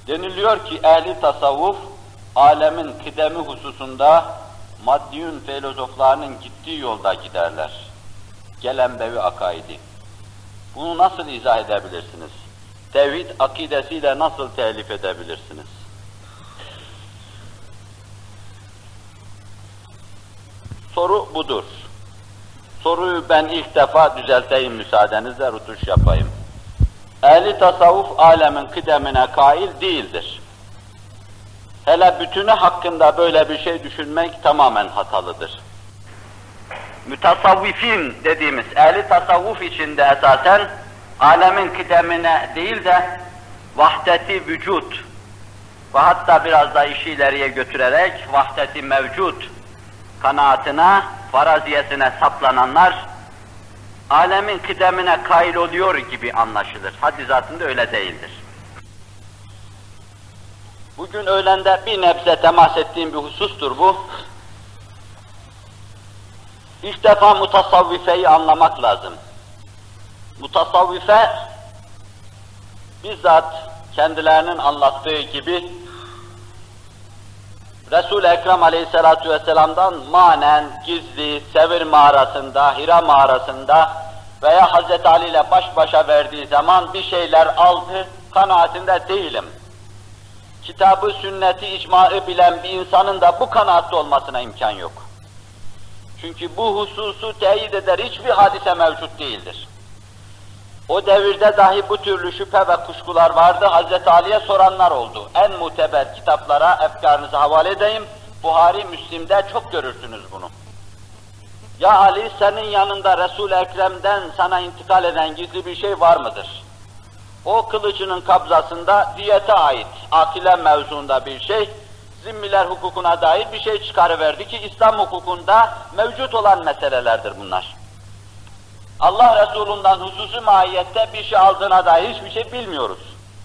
Deniliyor ki ehli tasavvuf, alemin kıdemi hususunda maddiyün filozoflarının gittiği yolda giderler. Gelenbevi akaidi. Bunu nasıl izah edebilirsiniz? Tevhid akidesiyle nasıl telif edebilirsiniz? Soru budur. Soruyu ben ilk defa düzelteyim müsaadenizle, rutuş yapayım. Ehli tasavvuf alemin kıdemine kail değildir. Hele bütünü hakkında böyle bir şey düşünmek tamamen hatalıdır. Mütasavvifin dediğimiz ehli tasavvuf içinde esasen alemin kıdemine değil de vahdeti vücut ve hatta biraz da işi ileriye götürerek vahdeti mevcut kanaatine, faraziyesine saplananlar alemin kıdemine kail oluyor gibi anlaşılır. Haddi zatında öyle değildir. Bugün öğlende bir nebze temas ettiğim bir husustur bu. İlk defa mutasavvifeyi anlamak lazım. Mutasavvife, bizzat kendilerinin anlattığı gibi, Resul-i Ekrem Aleyhisselatü Vesselam'dan manen, gizli, Sevir mağarasında, Hira mağarasında veya Hazreti Ali ile baş başa verdiği zaman bir şeyler aldı, kanaatinde değilim. Kitabı, sünneti, icmaı bilen bir insanın da bu kanaatte olmasına imkan yok. Çünkü bu hususu teyit eder hiçbir hadise mevcut değildir. O devirde dahi bu türlü şüphe ve kuşkular vardı, Hazreti Ali'ye soranlar oldu. En muteber kitaplara efkarınızı havale edeyim, Buhari, Müslim'de çok görürsünüz bunu. Ya Ali, senin yanında Resul-i Ekrem'den sana intikal eden gizli bir şey var mıdır? O kılıcının kabzasında diyete ait, akile mevzuunda bir şey, zimmiler hukukuna dair bir şey çıkarıverdi ki İslam hukukunda mevcut olan meselelerdir bunlar. Allah Resulü'nden hususi mahiyette bir şey aldığına dair hiçbir şey bilmiyoruz.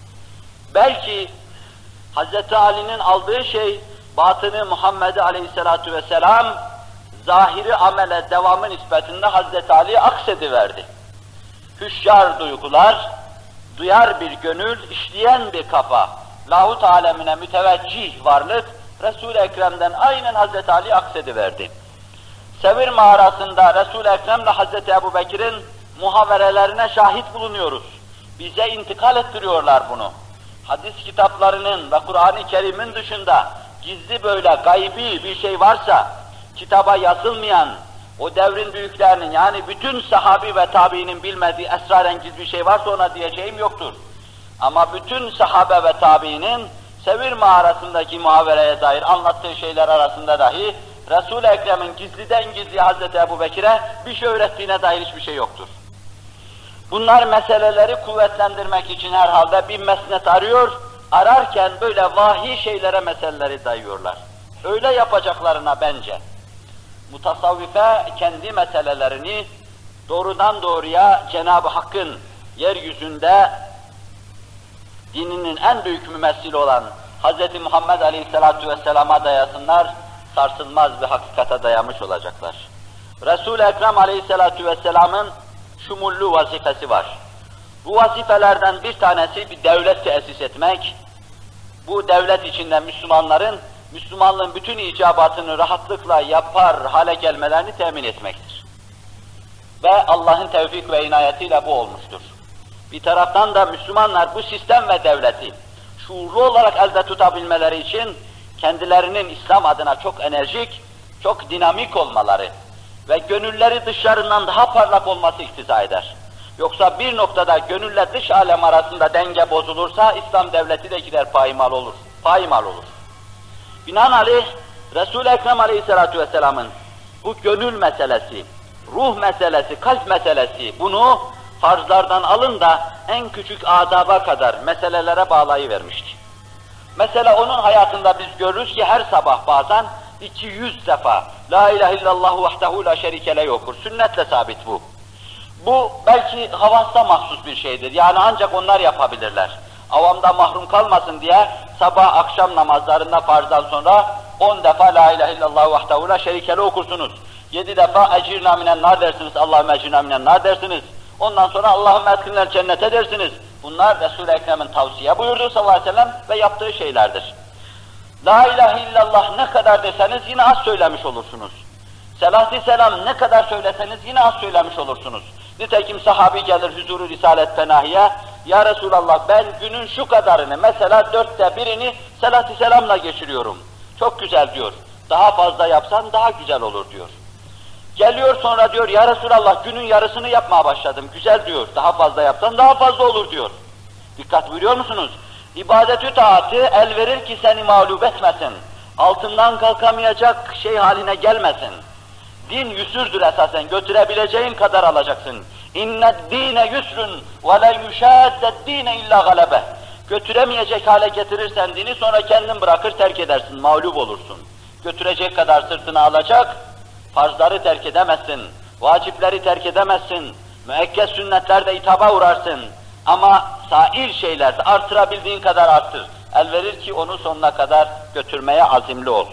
Belki Hz. Ali'nin aldığı şey, batını Muhammed Aleyhisselatü Vesselam, zahiri amele devamı nispetinde Hz. Ali'ye aksediverdi. Hüşyar duygular, duyar bir gönül, işleyen bir kafa, lahut alemine müteveccih varlık, Resul-i Ekrem'den aynen Hz. Ali'ye aksediverdi. Sevir mağarasında Resul-i Ekrem'le Hz. Ebubekir'in muhaverelerine şahit bulunuyoruz. Bize intikal ettiriyorlar bunu. Hadis kitaplarının ve Kur'an-ı Kerim'in dışında gizli böyle gaybi bir şey varsa, kitaba yazılmayan, o devrin büyüklerinin yani bütün sahabi ve tabiinin bilmediği esrarengiz bir şey varsa ona diyeceğim yoktur. Ama bütün sahabe ve tabiinin Sevir mağarasındaki muhavereye dair anlattığı şeyler arasında dahi Resul-i Ekrem'in gizliden gizliye Hz. Ebubekir'e bir şey öğrettiğine dair hiçbir şey yoktur. Bunlar meseleleri kuvvetlendirmek için herhalde bir mesnet arıyor, ararken böyle vahiy şeylere meseleleri dayıyorlar. Öyle yapacaklarına bence. Mutasavvife kendi meselelerini doğrudan doğruya Cenab-ı Hakk'ın yeryüzünde dininin en büyük mümessili olan Hz. Muhammed Aleyhisselatü Vesselam'a dayasınlar, sarsılmaz bir hakikate dayamış olacaklar. Resul-i Ekrem Aleyhisselatü Vesselam'ın şumullu vazifesi var. Bu vazifelerden bir tanesi bir devlet tesis etmek, bu devlet içinde Müslümanların, Müslümanlığın bütün icabatını rahatlıkla yapar hale gelmelerini temin etmektir. Ve Allah'ın tevfik ve inayetiyle bu olmuştur. Bir taraftan da Müslümanlar bu sistem ve devleti şuurlu olarak elde tutabilmeleri için kendilerinin İslam adına çok enerjik, çok dinamik olmaları ve gönülleri dışlarından daha parlak olması iktiza eder. Yoksa bir noktada gönülle dış alem arasında denge bozulursa İslam devleti de gider payimal olur. Payimal olur. Binaenaleyh Resul-i Ekrem Aleyhisselatü Vesselam'ın bu gönül meselesi, ruh meselesi, kalp meselesi bunu farzlardan alın da en küçük adaba kadar meselelere bağlayıvermişti. Mesela onun hayatında biz görürüz ki her sabah bazen 200 defa La ilahe illallah vahdehu la şerike leh okur. Sünnetle sabit bu. Bu belki havasta mahsus bir şeydir. Yani ancak onlar yapabilirler. Avamda mahrum kalmasın diye sabah akşam namazlarında farzdan sonra 10 defa La ilahe illallah vahdehu la şerike leh okursunuz. 7 defa ecirna minen nar dersiniz. Allahümme ecirna minen nar dersiniz. Ondan sonra Allahümme etkinler cennete dersiniz. Bunlar Resul-i Ekrem'in tavsiye buyurduğu sallallahu aleyhi ve sellem ve yaptığı şeylerdir. La ilahe illallah ne kadar deseniz yine az söylemiş olursunuz. Selatü selam ne kadar söyleseniz yine az söylemiş olursunuz. Nitekim sahabi gelir huzuru Risalet Fenahi'ye, ya Resulallah ben günün şu kadarını, mesela 1/4'ini selatü selamla geçiriyorum. Çok güzel diyor. Daha fazla yapsan daha güzel olur diyor. Geliyor sonra diyor, ya Resulallah günün yarısını yapmaya başladım. Güzel diyor. Daha fazla yapsan daha fazla olur diyor. Dikkat buyuruyor musunuz? İbadet-ü taatı el verir ki seni mağlup etmesin. Altından kalkamayacak şey haline gelmesin. Din yüsürdür esasen, götürebileceğin kadar alacaksın. İnned dîne yusrun ve le yuşâdded dîne illâ galebe. Götüremeyecek hale getirirsen dini sonra kendin bırakır terk edersin, mağlup olursun. Götürecek kadar sırtına alacak, farzları terk edemezsin, vacipleri terk edemezsin, müekked sünnetlerde itaba uğrarsın. Ama sair şeyler artırabildiğin kadar arttır. El verir ki onu sonuna kadar götürmeye azimli ol.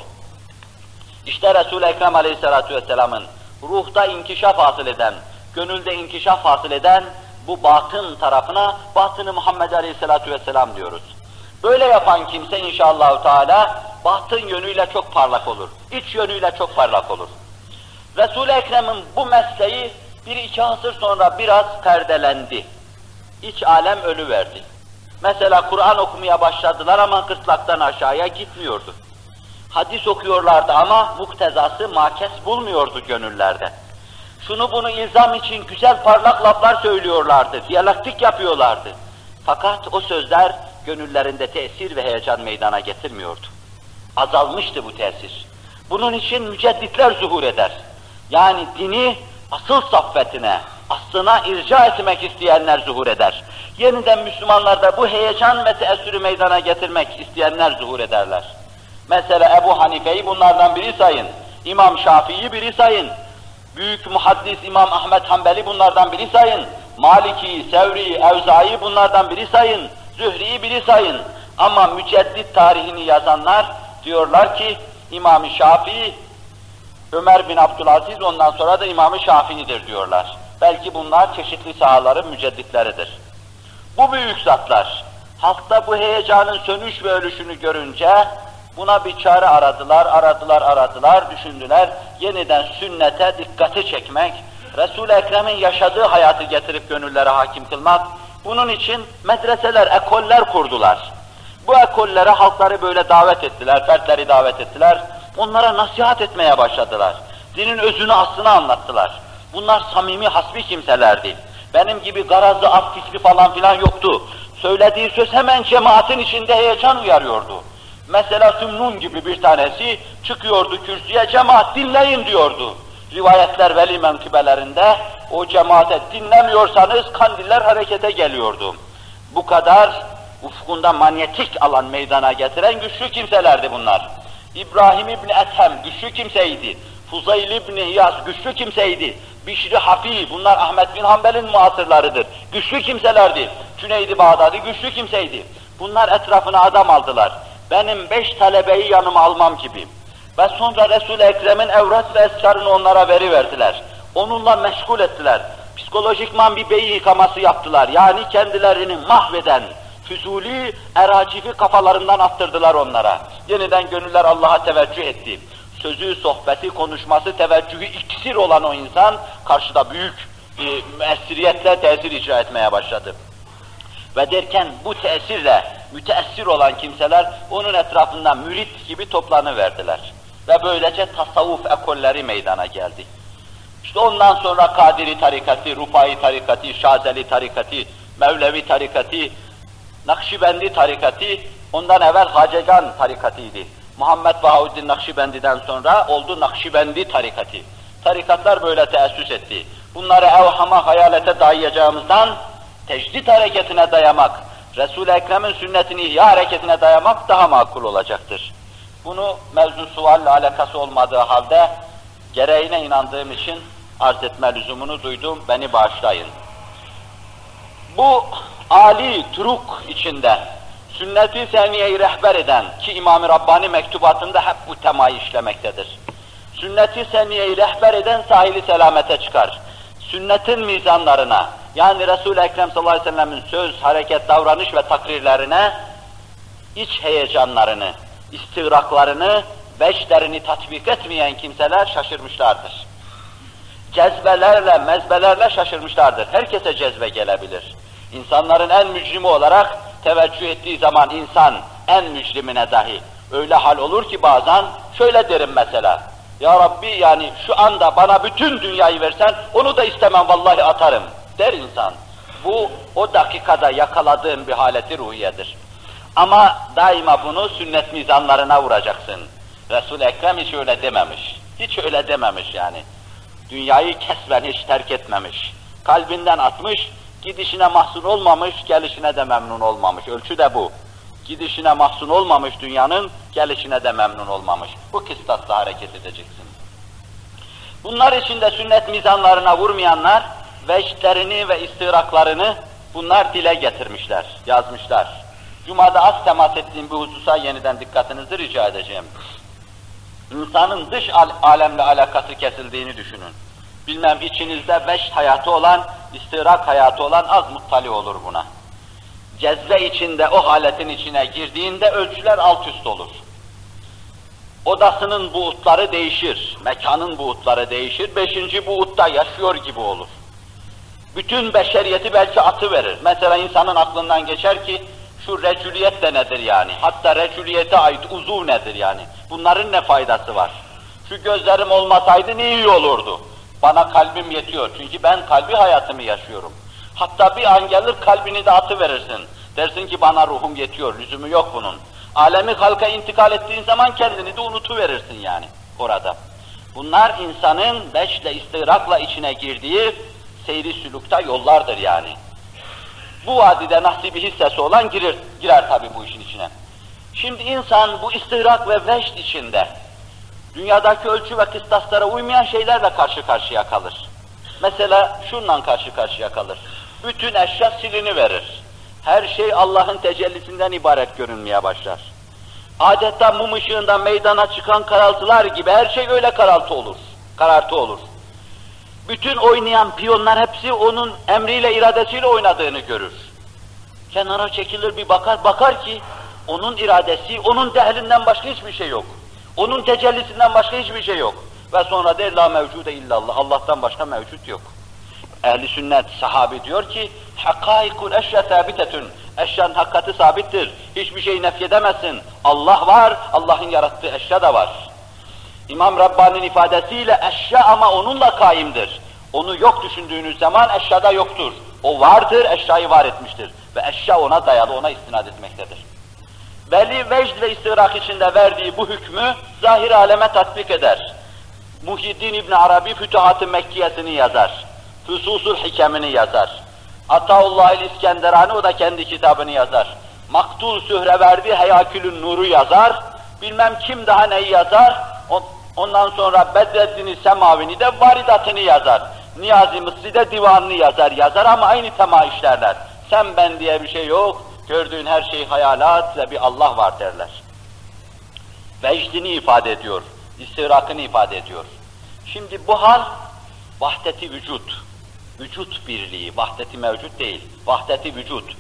İşte Resul-i Ekrem Aleyhisselatü Vesselam'ın ruhta inkişaf hasıl eden, gönülde inkişaf hasıl eden bu batın tarafına batın-ı Muhammed Aleyhisselatü Vesselam diyoruz. Böyle yapan kimse inşallah Teala batın yönüyle çok parlak olur, iç yönüyle çok parlak olur. Resul-i Ekrem'in bu mesleği 1-2 asır sonra biraz perdelendi. İç alem ölüverdi. Mesela Kur'an okumaya başladılar ama gırtlaktan aşağıya gitmiyordu. Hadis okuyorlardı ama muktezası makes bulmuyordu gönüllerde. Şunu bunu ilzam için güzel parlak laflar söylüyorlardı, diyalektik yapıyorlardı. Fakat o sözler gönüllerinde tesir ve heyecan meydana getirmiyordu. Azalmıştı bu tesir. Bunun için mücedditler zuhur eder. Yani dini asıl saffetine, aslına irca etmek isteyenler zuhur eder. Yeniden Müslümanlarda bu heyecan ve teessürü meydana getirmek isteyenler zuhur ederler. Mesela Ebu Hanife'yi bunlardan biri sayın, İmam Şafii'yi biri sayın, büyük muhaddis İmam Ahmed Hanbeli bunlardan biri sayın, Maliki, Sevri, Evzai bunlardan biri sayın, Zühri'yi biri sayın. Ama müceddit tarihini yazanlar diyorlar ki İmam-ı Şafii, Ömer bin Abdülaziz ondan sonra da İmam-ı Şafii'dir diyorlar. Belki bunlar çeşitli sahaların mücedditleridir. Bu büyük zatlar, halkta bu heyecanın sönüş ve ölüşünü görünce buna bir çare aradılar, düşündüler. Yeniden sünnete dikkati çekmek, Resul-i Ekrem'in yaşadığı hayatı getirip gönüllere hakim kılmak, bunun için medreseler, ekoller kurdular. Bu ekollere halkları böyle davet ettiler, fertleri davet ettiler. Onlara nasihat etmeye başladılar. Dinin özünü, aslını anlattılar. Bunlar samimi, hasbi kimselerdi. Benim gibi garazlı, af fikri falan filan yoktu. Söylediği söz hemen cemaatin içinde heyecan uyarıyordu. Mesela Sümnun gibi bir tanesi çıkıyordu kürsüye, cemaat dinleyin diyordu. Rivayetler veli menkıbelerinde o cemaate dinlemiyorsanız kandiller harekete geliyordu. Bu kadar ufkunda manyetik alan meydana getiren güçlü kimselerdi bunlar. İbrahim İbni Ethem güçlü kimseydi. Fuzayl İbni İyas güçlü kimseydi. Bişri Hafi, bunlar Ahmed bin Hanbel'in muasırlarıdır. Güçlü kimselerdi. Cüneyd-i Bağdadi güçlü kimseydi. Bunlar etrafına adam aldılar. Benim 5 talebeyi yanıma almam gibi. Ve sonra Resul-i Ekrem'in evrat ve esrarını onlara veriverdiler. Onunla meşgul ettiler. Psikolojikman bir beyin yıkaması yaptılar. Yani kendilerini mahveden, füzuli, eracifi kafalarından attırdılar onlara. Yeniden gönüller Allah'a teveccüh etti. Sözü, sohbeti, konuşması, teveccühü iksir olan o insan karşıda büyük müessiriyetle tesir icra etmeye başladı. Ve derken bu tesirle müteessir olan kimseler onun etrafından mürit gibi toplanıverdiler. Ve böylece tasavvuf ekolleri meydana geldi. İşte ondan sonra Kadiri tarikatı, Rufai tarikatı, Şazeli tarikatı, Mevlevi tarikatı, Nakşibendi tarikatı, ondan evvel Hacegan tarikatıydı. Muhammed Bahaüddin Nakşibendi'den sonra oldu Nakşibendi tarikatı. Tarikatlar böyle teessüs etti. Bunları evhama, hayalete dayayacağımızdan tecdit hareketine dayamak, Resul-i Ekrem'in sünnetini ihya hareketine dayamak daha makul olacaktır. Bunu mevzu sualle alakası olmadığı halde gereğine inandığım için arz etme lüzumunu duydum, beni bağışlayın. Bu âli turuk içinde sünnet-i seniyeyi rehber eden ki İmam-ı Rabbani mektubatında hep bu temayı işlemektedir. Sünnet-i seniyeyi rehber eden sahili selamete çıkar. sünnetin mizanlarına, yani Resul-i Ekrem sallallahu aleyhi ve sellem'in söz, hareket, davranış ve takrirlerine, iç heyecanlarını, istigraklarını, vecdlerini tatbik etmeyen kimseler şaşırmışlardır. Cezbelerle, mezbelerle şaşırmışlardır. Herkese cezbe gelebilir. İnsanların en mücrimi olarak teveccüh ettiği zaman insan en mücrimine dahi öyle hal olur ki bazen şöyle derim mesela: Ya Rabbi, yani şu anda bana bütün dünyayı versen onu da istemem, vallahi atarım der insan. Bu o dakikada yakaladığım bir haleti ruhiyedir. Ama daima bunu sünnet mizanlarına vuracaksın. Resul-i Ekrem hiç öyle dememiş. Hiç öyle dememiş yani. Dünyayı kesben hiç terk etmemiş. Kalbinden atmış, gidişine mahzun olmamış, gelişine de memnun olmamış. Ölçü de bu. Gidişine mahzun olmamış dünyanın, gelişine de memnun olmamış. Bu kıstasla hareket edeceksin. Bunlar içinde sünnet mizanlarına vurmayanlar, vecdlerini ve istiraklarını bunlar dile getirmişler, yazmışlar. Cuma'da az temas ettiğim bir hususa yeniden dikkatinizi rica edeceğim. İnsanın dış alemle alakası kesildiğini düşünün. Bilmem içinizde vecd hayatı olan, istirak hayatı olan az muttali olur buna. Cezbe içinde, o haletin içine girdiğinde ölçüler alt üst olur. Odasının buğutları değişir, mekanın buğutları değişir, 5. buğutta yaşıyor gibi olur. Bütün beşeriyeti belki atıverir. Mesela insanın aklından geçer ki, şu recüliyet de nedir yani? Hatta recüliyete ait uzuv nedir yani? Bunların ne faydası var? Şu gözlerim olmasaydı ne iyi olurdu? Bana kalbim yetiyor çünkü ben kalbi hayatımı yaşıyorum. Hatta bir an gelir kalbini de atıverirsin. Dersin ki bana ruhum yetiyor, lüzumu yok bunun. Alemi halka intikal ettiğin zaman kendini de unutuverirsin yani orada. Bunlar insanın beşle, istirakla içine girdiği seyri sülükta yollardır yani. Bu vadide nasibi hissesi olan girer tabii bu işin içine. Şimdi insan bu istirak ve vecd içinde dünyadaki ölçü ve kıstaslara uymayan şeylerle karşı karşıya kalır. Mesela şundan karşı karşıya kalır. Bütün eşya siliniverir. Her şey Allah'ın tecellisinden ibaret görünmeye başlar. Adeta mum ışığında meydana çıkan karaltılar gibi her şey öyle karartı olur. Bütün oynayan piyonlar hepsi onun emriyle, iradesiyle oynadığını görür. Kenara çekilir bir bakar ki onun iradesi, onun dehlinden başka hiçbir şey yok. Onun tecellisinden başka hiçbir şey yok. Ve sonra der la mevcude illallah, Allah'tan başka mevcut yok. Ehli sünnet, sahabi diyor ki, hakâikul eşya sabitetün, eşyanın hakikati sabittir, hiçbir şeyi nefyedemezsin. Allah var, Allah'ın yarattığı eşya da var. İmam Rabbani'nin ifadesiyle eşya ama onunla kaimdir. Onu yok düşündüğünüz zaman eşyada yoktur. O vardır, eşyayı var etmiştir. Ve eşya ona dayalı, ona istinad etmektedir. Veli vecd ve istirak içinde verdiği bu hükmü zahir aleme tatbik eder. Muhyiddin İbn Arabi Fütuhat-ı Mekkiyesini yazar. Füsusul Hikemini yazar. Ataullah İskenderani o da kendi kitabını yazar. Maktul Sühreverdi Heyakülün Nur'u yazar. Bilmem kim daha neyi yazar. Ondan sonra Bedreddin Semavi'ni de Varidatını yazar. Niyazi Mısri de divanını yazar ama aynı tema işlerler. Sen ben diye bir şey yok. Gördüğün her şey hayalat ve bir Allah var derler. Vecdini ifade ediyor, istirakını ifade ediyor. Şimdi bu hal vahdeti vücut, vücut birliği, vahdeti mevcut değil, vahdeti vücut.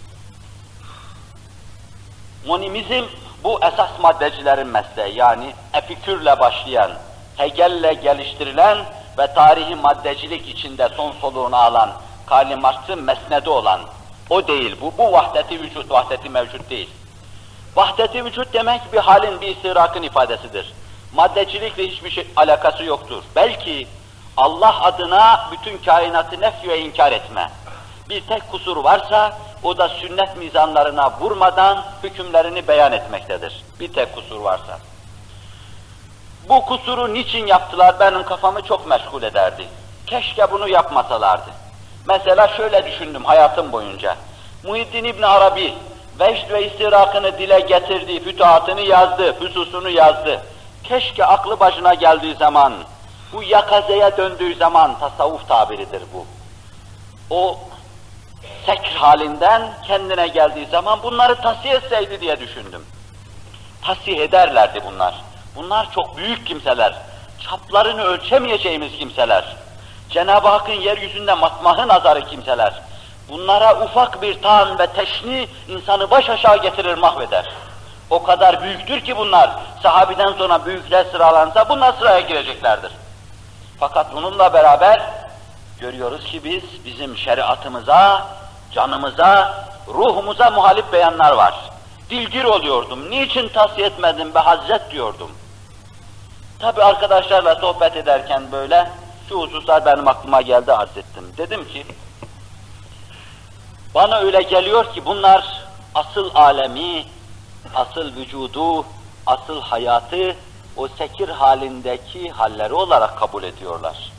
Monimizm bu esas maddecilerin mesleği, yani Epikürle başlayan, Hegel'le geliştirilen ve tarihi maddecilik içinde son soluğunu alan, Karl Marx'ın mesnedi olan, o değil bu. Bu vahdeti vücut, vahdeti mevcut değil. Vahdeti vücut demek bir halin, bir istirakın ifadesidir. Maddecilikle hiçbir şey alakası yoktur. Belki Allah adına bütün kainatı nefy ve inkar etme. Bir tek kusur varsa o da sünnet mizanlarına vurmadan hükümlerini beyan etmektedir. Bir tek kusur varsa. Bu kusuru niçin yaptılar benim kafamı çok meşgul ederdi. Keşke bunu yapmasalardı. Mesela şöyle düşündüm hayatım boyunca. Muhyiddin İbn Arabi, vecd ve istirakını dile getirdi, fütuhatını yazdı, füsusunu yazdı. Keşke aklı başına geldiği zaman, bu yakazeye döndüğü zaman, tasavvuf tabiridir bu. O sekr halinden kendine geldiği zaman bunları tasih etseydi diye düşündüm. Tasih ederlerdi bunlar. Bunlar çok büyük kimseler, çaplarını ölçemeyeceğimiz kimseler. Cenab-ı Hakk'ın yeryüzünde matmahı nazarı kimseler. Bunlara ufak bir taan ve teşni insanı baş aşağı getirir, mahveder. O kadar büyüktür ki bunlar, sahabiden sonra büyükler sıralansa bunlar sıraya gireceklerdir. Fakat bununla beraber görüyoruz ki bizim şeriatımıza, canımıza, ruhumuza muhalif beyanlar var. Dilgir oluyordum, niçin tavsiye etmedin be Hazret diyordum. Tabi arkadaşlarla sohbet ederken böyle, şu hususlar benim aklıma geldi, arz ettim. Dedim ki, bana öyle geliyor ki bunlar asıl alemi, asıl vücudu, asıl hayatı o sekir halindeki halleri olarak kabul ediyorlar.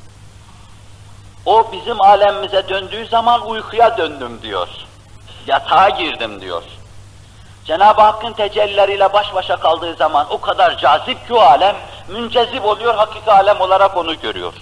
O bizim alemimize döndüğü zaman uykuya döndüm diyor. Yatağa girdim diyor. Cenab-ı Hakk'ın tecellileriyle baş başa kaldığı zaman o kadar cazip ki o alem, müncezip oluyor, hakiki alem olarak onu görüyor.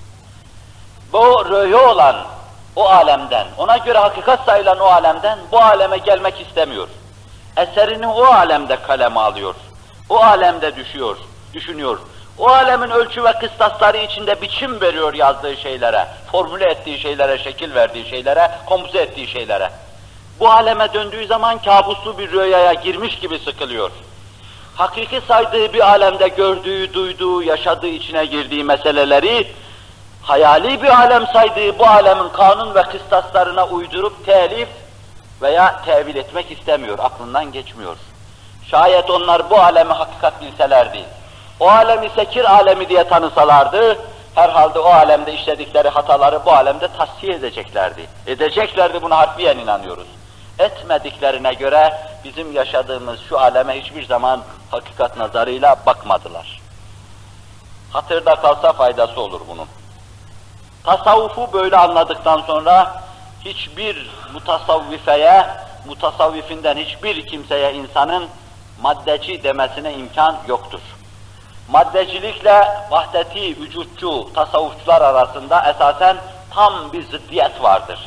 Bu rüya olan o alemden, ona göre hakikat sayılan o alemden bu aleme gelmek istemiyor. Eserini o alemde kaleme alıyor. O alemde düşünüyor. O alemin ölçü ve kıstasları içinde biçim veriyor yazdığı şeylere, formüle ettiği şeylere, şekil verdiği şeylere, kompoze ettiği şeylere. Bu aleme döndüğü zaman kabuslu bir rüyaya girmiş gibi sıkılıyor. Hakiki saydığı bir alemde gördüğü, duyduğu, yaşadığı, içine girdiği meseleleri, hayali bir alem saydığı bu alemin kanun ve kıstaslarına uydurup telif veya tevil etmek istemiyor, aklından geçmiyor. Şayet onlar bu alemi hakikat bilselerdi, o alemi sekir alemi diye tanısalardı, herhalde o alemde işledikleri hataları bu alemde tasfiye edeceklerdi. Edeceklerdi, buna harfiyen inanıyoruz. Etmediklerine göre bizim yaşadığımız şu aleme hiçbir zaman hakikat nazarıyla bakmadılar. Hatırda kalsa faydası olur bunun. Tasavvufu böyle anladıktan sonra hiçbir mutasavvifeye, mutasavvifinden hiçbir kimseye insanın maddeci demesine imkan yoktur. Maddecilikle vahdeti vücutçu tasavvufçular arasında esasen tam bir zıddiyet vardır.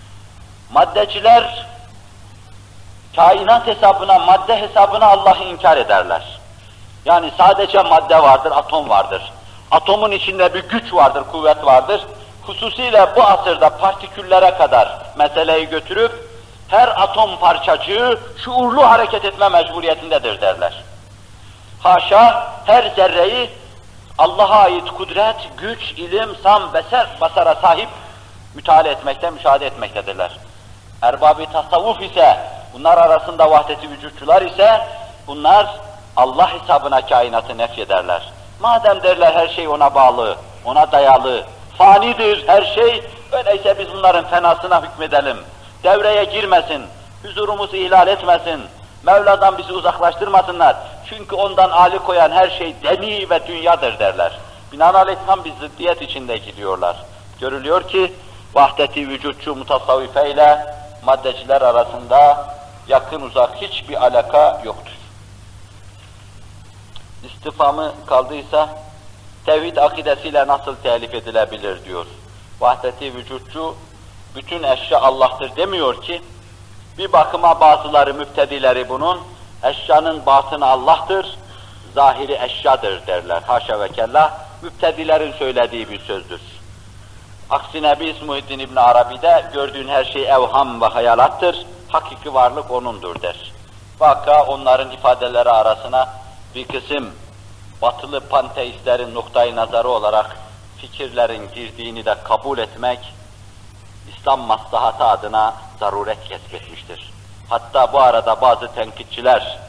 Maddeciler kainat hesabına, madde hesabına Allah'ı inkar ederler. Yani sadece madde vardır, atom vardır. Atomun içinde bir güç vardır, kuvvet vardır. Hususiyle bu asırda partiküllere kadar meseleyi götürüp her atom parçacığı şuurlu hareket etme mecburiyetindedir derler. Haşa her zerreyi Allah'a ait kudret, güç, ilim, sam, basara sahip müteala etmekte, müşahede etmektedirler. Erbab-ı tasavvuf ise, bunlar arasında vahdeti vücutçular ise, bunlar Allah hesabına kainatı nefyederler. Madem derler her şey ona bağlı, ona dayalı, fanidir her şey, öyleyse biz bunların fenasına hükmedelim. Devreye girmesin, huzurumuzu ihlal etmesin, Mevla'dan bizi uzaklaştırmasınlar. Çünkü ondan âli koyan her şey deni ve dünyadır derler. Binaenaleyh tam bir zıddiyet içinde gidiyorlar. Görülüyor ki vahdeti vücutçu mutasavvife ile maddeciler arasında yakın uzak hiçbir alaka yoktur. İstifamı kaldıysa tevhid akidesiyle nasıl telif edilebilir diyor. Vahdeti vücutçu bütün eşya Allah'tır demiyor ki, bir bakıma bazıları müptedileri bunun, eşyanın batını Allah'tır, zahiri eşyadır derler. Haşa ve kella, müptedilerin söylediği bir sözdür. Aksine biz Muhyiddin İbn Arabi'de gördüğün her şey evham ve hayalattır, hakiki varlık O'nundur der. Vaka onların ifadeleri arasına bir kısım batılı panteistlerin noktayı nazarı olarak fikirlerin girdiğini de kabul etmek, İslam maslahatı adına zaruret kesbetmiştir. Hatta bu arada bazı tenkitçiler,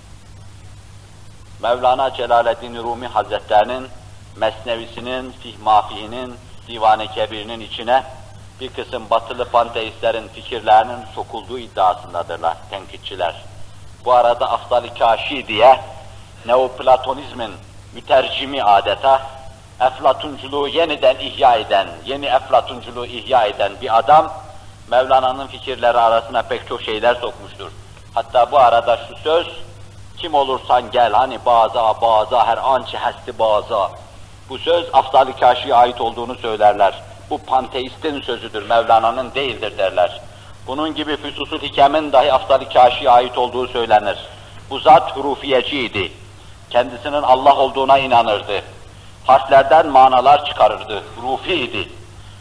Mevlana Celaleddin Rumi Hazretlerinin Mesnevisinin, Fihmafihinin, Divan-ı Kebir'inin içine bir kısım batılı panteistlerin fikirlerinin sokulduğu iddiasındadırlar tenkitçiler. Bu arada Afdal-ı Kâşi diye Neoplatonizmin mütercimi adeta, Eflatunculuğu yeniden ihya eden, yeni Eflatunculuğu ihya eden bir adam, Mevlana'nın fikirleri arasına pek çok şeyler sokmuştur. Hatta bu arada şu söz, kim olursan gel, hani baza her ançı hesti baza. Bu söz Afdal-ı Kâşi'ye ait olduğunu söylerler. Bu panteistin sözüdür, Mevlana'nın değildir derler. Bunun gibi Füsus-ül Hikem'in dahi Afdal-ı Kâşi'ye ait olduğu söylenir. Bu zat hurufiyeciydi. Kendisinin Allah olduğuna inanırdı. Harflerden manalar çıkarırdı, rufiydi.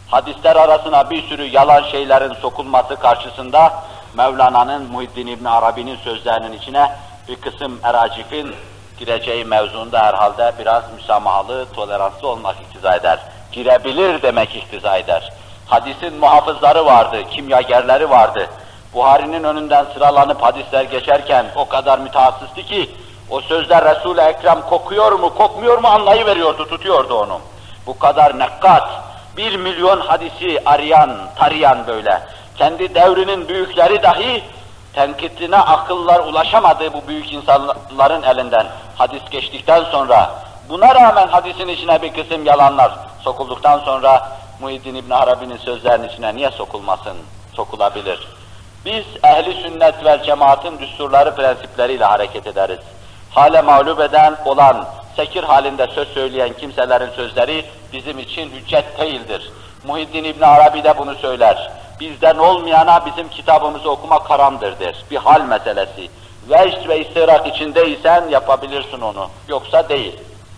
hadisler arasına bir sürü yalan şeylerin sokulması karşısında Mevlana'nın, Muhiddin İbn Arabi'nin sözlerinin içine bir kısım eracifin gireceği mevzuunda herhalde biraz müsamahalı, toleranslı olmak iktiza eder. Girebilir demek iktiza eder. Hadisin muhafızları vardı, kimyagerleri vardı. Buhari'nin önünden sıralanıp hadisler geçerken o kadar mütehassıstı ki o sözler Resul-i Ekrem kokuyor mu, kokmuyor mu anlayıveriyordu, tutuyordu onu. Bu kadar nekkat, 1 milyon hadisi arayan, tarayan böyle. Kendi devrinin büyükleri dahi tenkitline akıllar ulaşamadığı bu büyük insanların elinden hadis geçtikten sonra, buna rağmen hadisin içine bir kısım yalanlar sokulduktan sonra Muhiddin İbn Arabi'nin sözlerinin içine niye sokulmasın? Sokulabilir. Biz ehli sünnet vel cemaatin düsturları, prensipleriyle hareket ederiz. Hale mağlup eden olan, sekir halinde söz söyleyen kimselerin sözleri bizim için hüccet değildir. Muhiddin İbn Arabi de bunu söyler. Bizden olmayana bizim kitabımızı okumak haramdır der. Bir hal meselesi. Vecd ve istirak içindeysen yapabilirsin onu. Yoksa değil.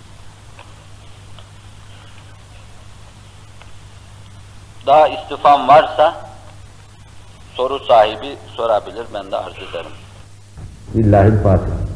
Daha istifam varsa soru sahibi sorabilir, ben de arz ederim. Lillahi'l-Fatiha.